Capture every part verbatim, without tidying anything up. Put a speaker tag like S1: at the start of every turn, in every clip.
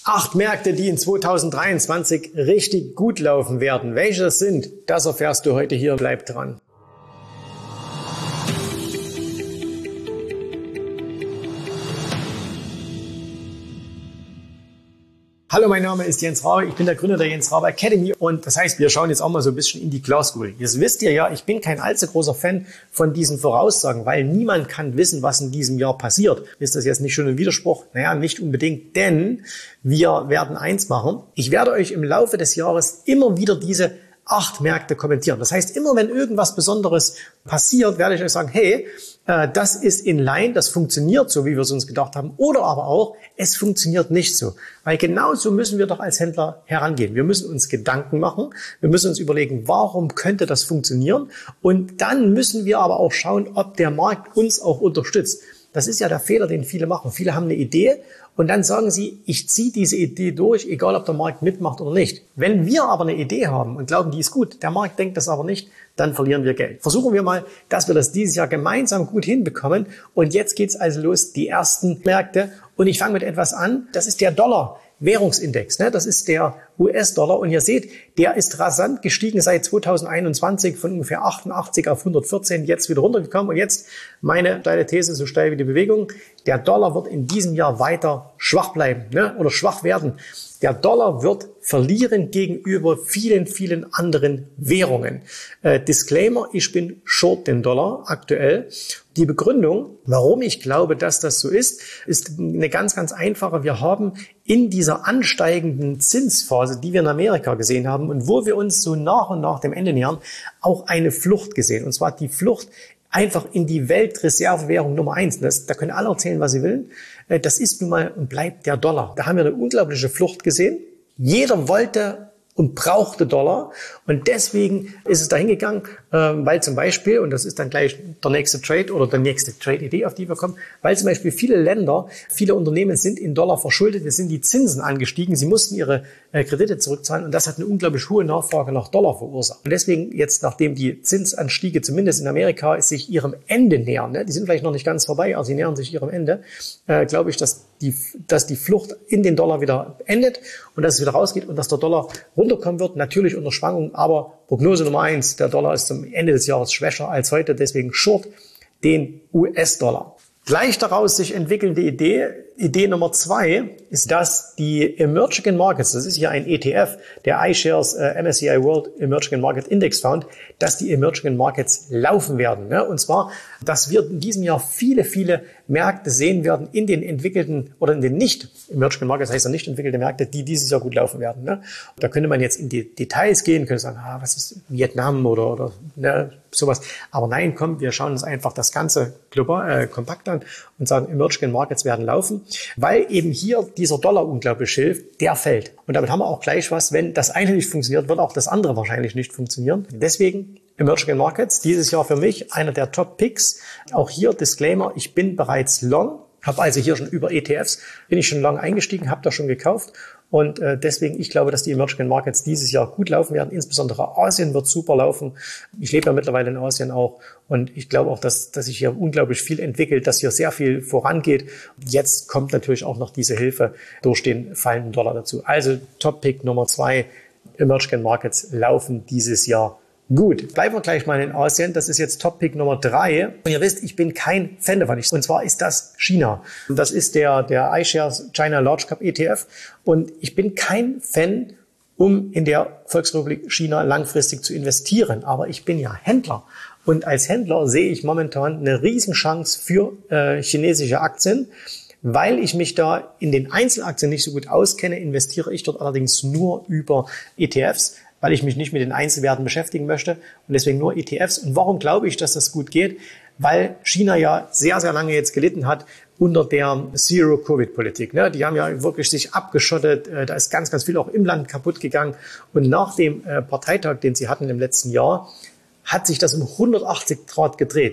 S1: Acht Märkte, die in zweitausenddreiundzwanzig richtig gut laufen werden. Welche das sind, das erfährst du heute hier. Bleib dran. Hallo, mein Name ist Jens Rabe, ich bin der Gründer der Jens Rabe Academy und das heißt, wir schauen jetzt auch mal so ein bisschen in die Glaskugel. Jetzt wisst ihr ja, ich bin kein allzu großer Fan von diesen Voraussagen, weil niemand kann wissen, was in diesem Jahr passiert. Ist das jetzt nicht schon ein Widerspruch? Naja, nicht unbedingt, denn wir werden eins machen. Ich werde euch im Laufe des Jahres immer wieder diese acht Märkte kommentieren. Das heißt, immer wenn irgendwas Besonderes passiert, werde ich euch sagen, hey, äh, das ist in line, das funktioniert so, wie wir es uns gedacht haben. Oder aber auch, es funktioniert nicht so. Weil genauso müssen wir doch als Händler herangehen. Wir müssen uns Gedanken machen. Wir müssen uns überlegen, warum könnte das funktionieren? Und dann müssen wir aber auch schauen, ob der Markt uns auch unterstützt. Das ist ja der Fehler, den viele machen. Viele haben eine Idee und dann sagen sie, ich ziehe diese Idee durch, egal ob der Markt mitmacht oder nicht. Wenn wir aber eine Idee haben und glauben, die ist gut, der Markt denkt das aber nicht, dann verlieren wir Geld. Versuchen wir mal, dass wir das dieses Jahr gemeinsam gut hinbekommen. Und jetzt geht's also los, die ersten Märkte. Und ich fange mit etwas an, das ist der Dollar. Währungsindex, ne? Das ist der U S-Dollar und ihr seht, der ist rasant gestiegen seit zweitausendeinundzwanzig von ungefähr achtundachtzig auf hundertvierzehn, jetzt wieder runtergekommen und jetzt meine steile These, so steil wie die Bewegung, der Dollar wird in diesem Jahr weiter schwach bleiben, ne? Oder schwach werden. Der Dollar wird verlieren gegenüber vielen, vielen anderen Währungen. Äh, Disclaimer, ich bin short den Dollar aktuell. Die Begründung, warum ich glaube, dass das so ist, ist eine ganz, ganz einfache. Wir haben in dieser ansteigenden Zinsphase, die wir in Amerika gesehen haben und wo wir uns so nach und nach dem Ende nähern, auch eine Flucht gesehen. Und zwar die Flucht einfach in die Weltreservewährung Nummer eins. Das, da können alle erzählen, was sie wollen. Das ist nun mal und bleibt der Dollar. Da haben wir eine unglaubliche Flucht gesehen. Jeder wollte und brauchte Dollar. Und deswegen ist es dahin gegangen, weil zum Beispiel, und das ist dann gleich der nächste Trade oder der nächste Trade-Idee, auf die wir kommen, weil zum Beispiel viele Länder, viele Unternehmen sind in Dollar verschuldet, es sind die Zinsen angestiegen, sie mussten ihre Kredite zurückzahlen und das hat eine unglaublich hohe Nachfrage nach Dollar verursacht. Und deswegen jetzt, nachdem die Zinsanstiege zumindest in Amerika sich ihrem Ende nähern, ne, die sind vielleicht noch nicht ganz vorbei, aber sie nähern sich ihrem Ende, äh, glaube ich, dass die, dass die Flucht in den Dollar wieder endet und dass es wieder rausgeht und dass der Dollar runterkommen wird, natürlich unter Schwankungen, aber Prognose Nummer eins, der Dollar ist zum Ende des Jahres schwächer als heute, deswegen short den U S-Dollar. Gleich daraus sich entwickelnde Idee, Idee Nummer zwei, ist, dass die Emerging Markets, das ist hier ein E T F, der iShares äh, M S C I World Emerging Market Index Fund, dass die Emerging Markets laufen werden. Ne? Und zwar, dass wir in diesem Jahr viele, viele Märkte sehen werden in den entwickelten oder in den nicht Emerging Markets, heißt ja nicht entwickelte Märkte, die dieses Jahr gut laufen werden. Ne? Da könnte man jetzt in die Details gehen, könnte sagen, ah, was ist Vietnam oder, oder ne, sowas. Aber nein, komm, wir schauen uns einfach das Ganze global, äh, kompakt an und sagen, Emerging Markets werden laufen, weil eben hier dieser Dollar unglaublich hilft, der fällt. Und damit haben wir auch gleich was, wenn das eine nicht funktioniert, wird auch das andere wahrscheinlich nicht funktionieren. Deswegen Emerging Markets, dieses Jahr für mich einer der Top-Picks. Auch hier Disclaimer, ich bin bereits long, habe also hier schon über E T Fs, bin ich schon lang eingestiegen, habe da schon gekauft. Und äh, deswegen, ich glaube, dass die Emerging Markets dieses Jahr gut laufen werden. Insbesondere Asien wird super laufen. Ich lebe ja mittlerweile in Asien auch. Und ich glaube auch, dass, dass sich hier unglaublich viel entwickelt, dass hier sehr viel vorangeht. Jetzt kommt natürlich auch noch diese Hilfe durch den fallenden Dollar dazu. Also Top-Pick Nummer zwei, Emerging Markets laufen dieses Jahr gut. Bleiben wir gleich mal in Asien. Das ist jetzt Top-Pick Nummer drei. Und ihr wisst, ich bin kein Fan davon. Und zwar ist das China. Das ist der, der iShares China Large Cap E T F. Und ich bin kein Fan, um in der Volksrepublik China langfristig zu investieren. Aber ich bin ja Händler. Und als Händler sehe ich momentan eine Riesenchance für äh, chinesische Aktien. Weil ich mich da in den Einzelaktien nicht so gut auskenne, investiere ich dort allerdings nur über E T Fs, weil ich mich nicht mit den Einzelwerten beschäftigen möchte und deswegen nur E T Fs. Und warum glaube ich, dass das gut geht? Weil China ja sehr, sehr lange jetzt gelitten hat unter der Zero-Covid-Politik. Ne? Die haben ja wirklich sich abgeschottet. Da ist ganz, ganz viel auch im Land kaputt gegangen. Und nach dem Parteitag, den sie hatten im letzten Jahr, hat sich das um hundertachtzig Grad gedreht.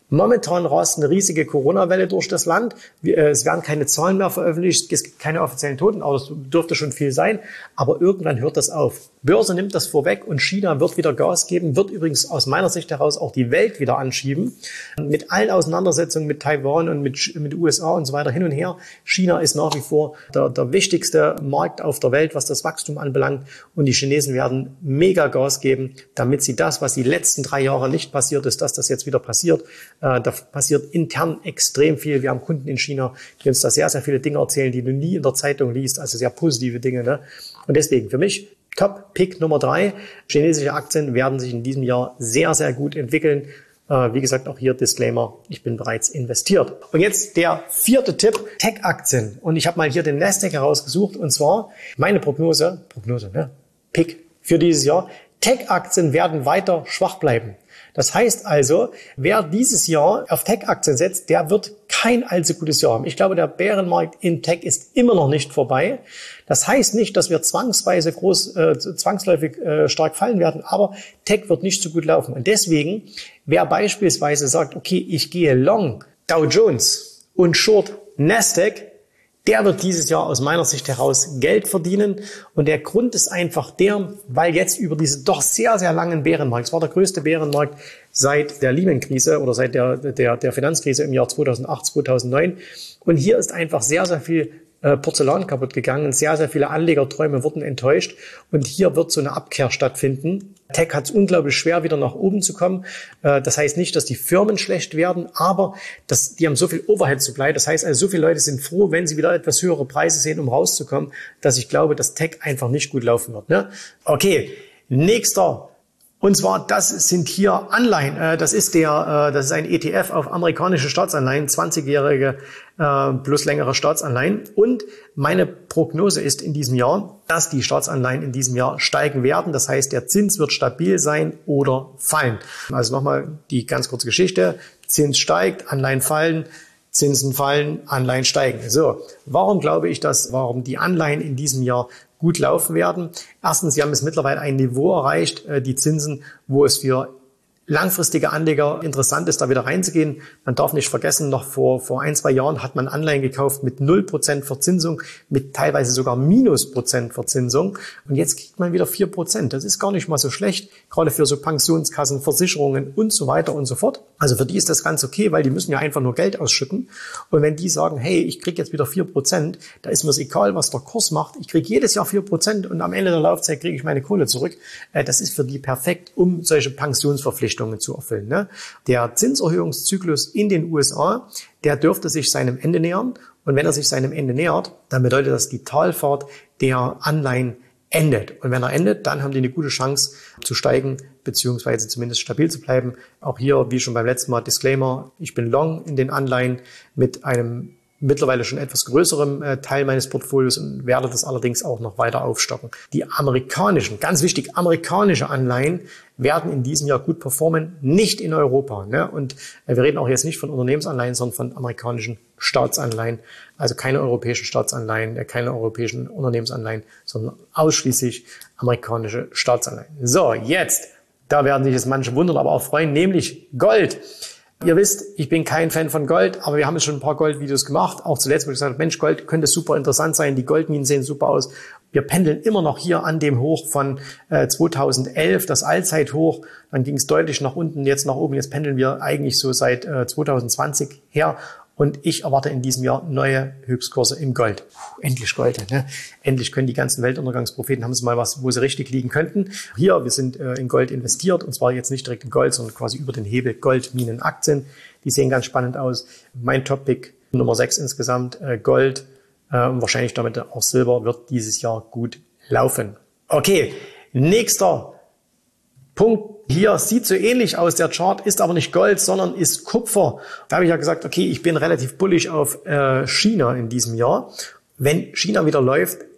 S1: Momentan rast eine riesige Corona-Welle durch das Land. Es werden keine Zahlen mehr veröffentlicht, es gibt keine offiziellen Toten, aber es dürfte schon viel sein. Aber irgendwann hört das auf. Börse nimmt das vorweg und China wird wieder Gas geben, wird übrigens aus meiner Sicht heraus auch die Welt wieder anschieben. Mit allen Auseinandersetzungen mit Taiwan und mit, mit U S A und so weiter hin und her. China ist nach wie vor der, der wichtigste Markt auf der Welt, was das Wachstum anbelangt. Und die Chinesen werden mega Gas geben, damit sie das, was die letzten drei Jahre nicht passiert ist, dass das jetzt wieder passiert. Da passiert intern extrem viel. Wir haben Kunden in China, die uns da sehr, sehr viele Dinge erzählen, die du nie in der Zeitung liest, also sehr positive Dinge. Ne? Und deswegen für mich Top-Pick Nummer drei. Chinesische Aktien werden sich in diesem Jahr sehr, sehr gut entwickeln. Wie gesagt, auch hier Disclaimer, ich bin bereits investiert. Und jetzt der vierte Tipp, Tech-Aktien. Und ich habe mal hier den Nasdaq herausgesucht und zwar meine Prognose, Prognose, ne? Pick für dieses Jahr. Tech-Aktien werden weiter schwach bleiben. Das heißt also, wer dieses Jahr auf Tech-Aktien setzt, der wird kein allzu gutes Jahr haben. Ich glaube, der Bärenmarkt in Tech ist immer noch nicht vorbei. Das heißt nicht, dass wir zwangsweise groß, äh, zwangsläufig äh, stark fallen werden, aber Tech wird nicht so gut laufen. Und deswegen, wer beispielsweise sagt, okay, ich gehe long Dow Jones und short Nasdaq, der wird dieses Jahr aus meiner Sicht heraus Geld verdienen. Und der Grund ist einfach der, weil jetzt über diese doch sehr, sehr langen Bärenmarkt, es war der größte Bärenmarkt seit der Lehman-Krise oder seit der, der, der Finanzkrise im Jahr zweitausendacht, zweitausendneun. Und hier ist einfach sehr, sehr viel Porzellan kaputt gegangen. Sehr, sehr viele Anlegerträume wurden enttäuscht. Und hier wird so eine Abkehr stattfinden. Tech hat es unglaublich schwer, wieder nach oben zu kommen. Das heißt nicht, dass die Firmen schlecht werden, aber das, die haben so viel Overhead-Supply. Das heißt also, so viele Leute sind froh, wenn sie wieder etwas höhere Preise sehen, um rauszukommen, dass ich glaube, dass Tech einfach nicht gut laufen wird. Ne? Okay, nächster. Und zwar, das sind hier Anleihen. Das ist der, das ist ein E T F auf amerikanische Staatsanleihen, zwanzigjährige plus längere Staatsanleihen. Und meine Prognose ist in diesem Jahr, dass die Staatsanleihen in diesem Jahr steigen werden. Das heißt, der Zins wird stabil sein oder fallen. Also nochmal die ganz kurze Geschichte. Zins steigt, Anleihen fallen. Zinsen fallen, Anleihen steigen. So, warum glaube ich das? Warum die Anleihen in diesem Jahr gut laufen werden? Erstens, sie haben es mittlerweile ein Niveau erreicht, die Zinsen, wo es für langfristige Anleger interessant ist, da wieder reinzugehen. Man darf nicht vergessen, noch vor, vor ein, zwei Jahren hat man Anleihen gekauft mit null Prozent Verzinsung, mit teilweise sogar Minus Prozent Verzinsung. Und jetzt kriegt man wieder vier Prozent. Das ist gar nicht mal so schlecht, gerade für so Pensionskassen, Versicherungen und so weiter und so fort. Also für die ist das ganz okay, weil die müssen ja einfach nur Geld ausschütten. Und wenn die sagen, hey, ich kriege jetzt wieder vier Prozent, da ist mir es egal, was der Kurs macht. Ich kriege jedes Jahr vier Prozent und am Ende der Laufzeit kriege ich meine Kohle zurück. Das ist für die perfekt, um solche Pensionsverpflichtungen zu erfüllen. Ne? Der Zinserhöhungszyklus in den U S A, der dürfte sich seinem Ende nähern. Und wenn er sich seinem Ende nähert, dann bedeutet das, die Talfahrt der Anleihen endet. Und wenn er endet, dann haben die eine gute Chance zu steigen, beziehungsweise zumindest stabil zu bleiben. Auch hier, wie schon beim letzten Mal, Disclaimer, ich bin long in den Anleihen mit einem mittlerweile schon etwas größerem äh, Teil meines Portfolios und werde das allerdings auch noch weiter aufstocken. Die amerikanischen, ganz wichtig, amerikanische Anleihen werden in diesem Jahr gut performen, nicht in Europa. Ne? Und äh, wir reden auch jetzt nicht von Unternehmensanleihen, sondern von amerikanischen Staatsanleihen. Also keine europäischen Staatsanleihen, äh, keine europäischen Unternehmensanleihen, sondern ausschließlich amerikanische Staatsanleihen. So, jetzt, da werden sich jetzt manche wundern, aber auch freuen, nämlich Gold. Ihr wisst, ich bin kein Fan von Gold, aber wir haben jetzt schon ein paar Goldvideos gemacht. Auch zuletzt, wo ich gesagt habe, Mensch, Gold könnte super interessant sein. Die Goldminen sehen super aus. Wir pendeln immer noch hier an dem Hoch von äh, zweitausendelf, das Allzeithoch. Dann ging es deutlich nach unten, jetzt nach oben. Jetzt pendeln wir eigentlich so seit äh, zweitausendzwanzig her. Und ich erwarte in diesem Jahr neue Höchstkurse im Gold. Puh, endlich Gold. Ne? Endlich können die ganzen Weltuntergangspropheten, haben sie mal was, wo sie richtig liegen könnten. Hier, wir sind äh, in Gold investiert und zwar jetzt nicht direkt in Gold, sondern quasi über den Hebel Goldminenaktien. Die sehen ganz spannend aus. Mein Top-Pick Nummer sechs insgesamt, äh, Gold äh, und wahrscheinlich damit auch Silber wird dieses Jahr gut laufen. Okay, nächster Punkt. Hier sieht so ähnlich aus, der Chart ist aber nicht Gold, sondern ist Kupfer. Da habe ich ja gesagt, okay, ich bin relativ bullish auf äh, China in diesem Jahr. Wenn China wieder läuft,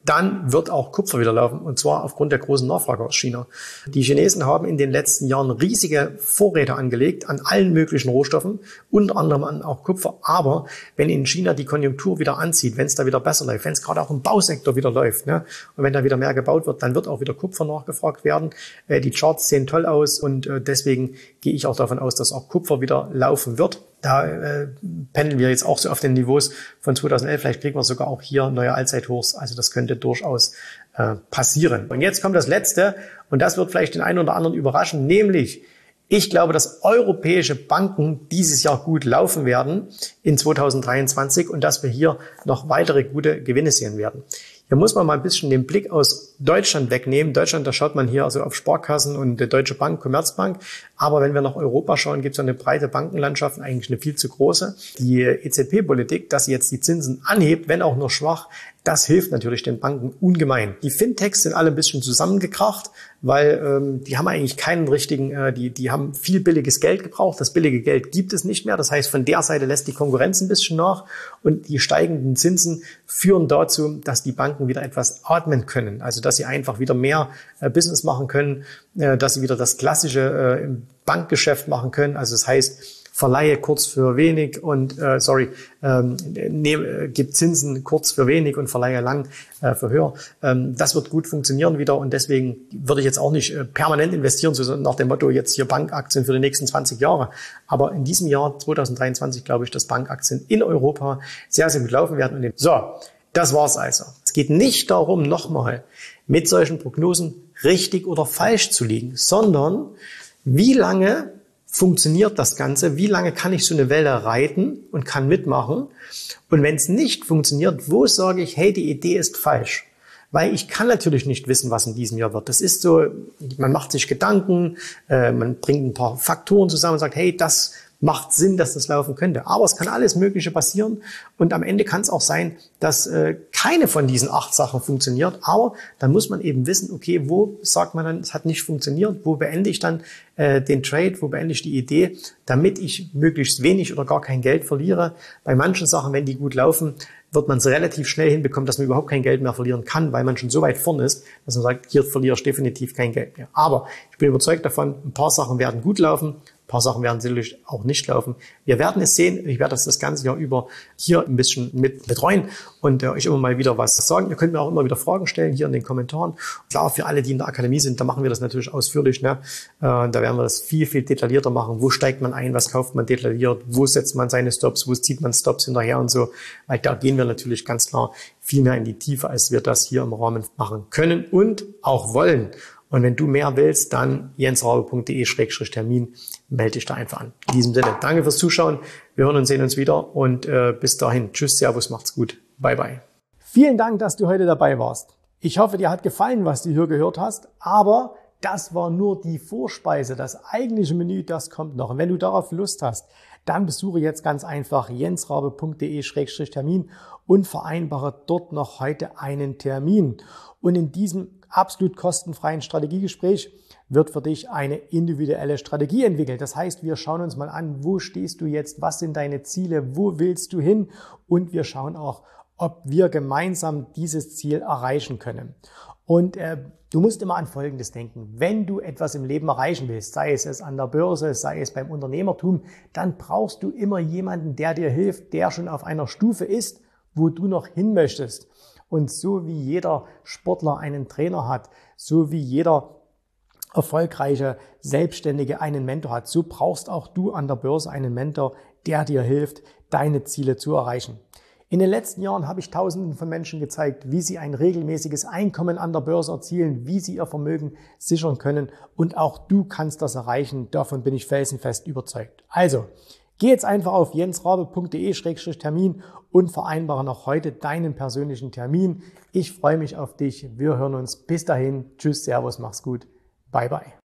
S1: dann wird auch Kupfer wieder laufen, und zwar aufgrund der großen Nachfrage aus China. Die Chinesen haben in den letzten Jahren riesige Vorräte angelegt an allen möglichen Rohstoffen, unter anderem an auch Kupfer. Aber wenn in China die Konjunktur wieder anzieht, wenn es da wieder besser läuft, wenn es gerade auch im Bausektor wieder läuft, ne, und wenn da wieder mehr gebaut wird, dann wird auch wieder Kupfer nachgefragt werden. Äh, die Charts sehen toll aus, und äh, deswegen gehe ich auch davon aus, dass auch Kupfer wieder laufen wird. Da äh, pendeln wir jetzt auch so auf den Niveaus von zweitausendelf. Vielleicht kriegen wir sogar auch hier neue Allzeithochs. Also das könnte durchaus äh, passieren. Und jetzt kommt das Letzte, und das wird vielleicht den einen oder anderen überraschen, nämlich ich glaube, dass europäische Banken dieses Jahr gut laufen werden in zweitausenddreiundzwanzig und dass wir hier noch weitere gute Gewinne sehen werden. Hier muss man mal ein bisschen den Blick aus Deutschland wegnehmen. Deutschland, da schaut man hier also auf Sparkassen und die Deutsche Bank, Commerzbank. Aber wenn wir nach Europa schauen, gibt es eine breite Bankenlandschaft, eigentlich eine viel zu große. Die E Z B-Politik, dass sie jetzt die Zinsen anhebt, wenn auch nur schwach, das hilft natürlich den Banken ungemein. Die Fintechs sind alle ein bisschen zusammengekracht, weil ähm, die haben eigentlich keinen richtigen, äh, die die haben viel billiges Geld gebraucht. Das billige Geld gibt es nicht mehr. Das heißt, von der Seite lässt die Konkurrenz ein bisschen nach, und die steigenden Zinsen führen dazu, dass die Banken wieder etwas atmen können. Also dass sie einfach wieder mehr äh, Business machen können, äh, dass sie wieder das klassische äh, im Bankgeschäft machen können. Also das heißt, verleihe kurz für wenig und, äh, sorry, ähm, nehm, gibt Zinsen kurz für wenig und verleihe lang äh, für höher. Ähm, das wird gut funktionieren wieder, und deswegen würde ich jetzt auch nicht äh, permanent investieren, so nach dem Motto jetzt hier Bankaktien für die nächsten zwanzig Jahre. Aber in diesem Jahr zweitausenddreiundzwanzig glaube ich, dass Bankaktien in Europa sehr, sehr gut laufen werden. Und so, das war's also. Es geht nicht darum, nochmal mit solchen Prognosen richtig oder falsch zu liegen, sondern wie lange funktioniert das Ganze? Wie lange kann ich so eine Welle reiten und kann mitmachen? Und wenn es nicht funktioniert, wo sage ich, hey, die Idee ist falsch? Weil ich kann natürlich nicht wissen, was in diesem Jahr wird. Das ist so, man macht sich Gedanken, äh, man bringt ein paar Faktoren zusammen und sagt, hey, das macht Sinn, dass das laufen könnte. Aber es kann alles Mögliche passieren, und am Ende kann es auch sein, dass äh, keine von diesen acht Sachen funktioniert. Aber dann muss man eben wissen, okay, wo sagt man dann, es hat nicht funktioniert, wo beende ich dann äh, den Trade, wo beende ich die Idee, damit ich möglichst wenig oder gar kein Geld verliere. Bei manchen Sachen, wenn die gut laufen, wird man es relativ schnell hinbekommen, dass man überhaupt kein Geld mehr verlieren kann, weil man schon so weit vorne ist, dass man sagt, hier verliere ich definitiv kein Geld mehr. Aber ich bin überzeugt davon, ein paar Sachen werden gut laufen, ein paar Sachen werden sicherlich auch nicht laufen. Wir werden es sehen. Ich werde das das ganze Jahr über hier ein bisschen mit betreuen und äh, euch immer mal wieder was sagen. Ihr könnt mir auch immer wieder Fragen stellen hier in den Kommentaren. Klar, für alle, die in der Akademie sind, da machen wir das natürlich ausführlich. Ne? Äh, da werden wir das viel, viel detaillierter machen. Wo steigt man ein? Was kauft man detailliert? Wo setzt man seine Stops? Wo zieht man Stops hinterher und so? Weil da gehen wir natürlich ganz klar viel mehr in die Tiefe, als wir das hier im Rahmen machen können und auch wollen. Und wenn du mehr willst, dann jensrabe punkt de Schrägstrich Termin, melde dich da einfach an. In diesem Sinne, danke fürs Zuschauen. Wir hören und sehen uns wieder, und äh, bis dahin. Tschüss, Servus, macht's gut. Bye, bye. Vielen Dank, dass du heute dabei warst. Ich hoffe, dir hat gefallen, was du hier gehört hast, aber das war nur die Vorspeise. Das eigentliche Menü, das kommt noch. Und wenn du darauf Lust hast, dann besuche jetzt ganz einfach jensrabe punkt de Schrägstrich Termin und vereinbare dort noch heute einen Termin. Und in diesem absolut kostenfreien Strategiegespräch wird für dich eine individuelle Strategie entwickelt. Das heißt, wir schauen uns mal an, wo stehst du jetzt, was sind deine Ziele, wo willst du hin, und wir schauen auch, ob wir gemeinsam dieses Ziel erreichen können. Und äh, du musst immer an Folgendes denken: Wenn du etwas im Leben erreichen willst, sei es es an der Börse, sei es beim Unternehmertum, dann brauchst du immer jemanden, der dir hilft, der schon auf einer Stufe ist, wo du noch hin möchtest. Und so wie jeder Sportler einen Trainer hat, so wie jeder erfolgreiche Selbstständige einen Mentor hat, so brauchst auch du an der Börse einen Mentor, der dir hilft, deine Ziele zu erreichen. In den letzten Jahren habe ich Tausenden von Menschen gezeigt, wie sie ein regelmäßiges Einkommen an der Börse erzielen, wie sie ihr Vermögen sichern können, und auch du kannst das erreichen. Davon bin ich felsenfest überzeugt. Also, geh jetzt einfach auf jensrabe punkt de Schrägstrich Termin und vereinbare noch heute deinen persönlichen Termin. Ich freue mich auf dich. Wir hören uns. Bis dahin. Tschüss, Servus, mach's gut. Bye, bye.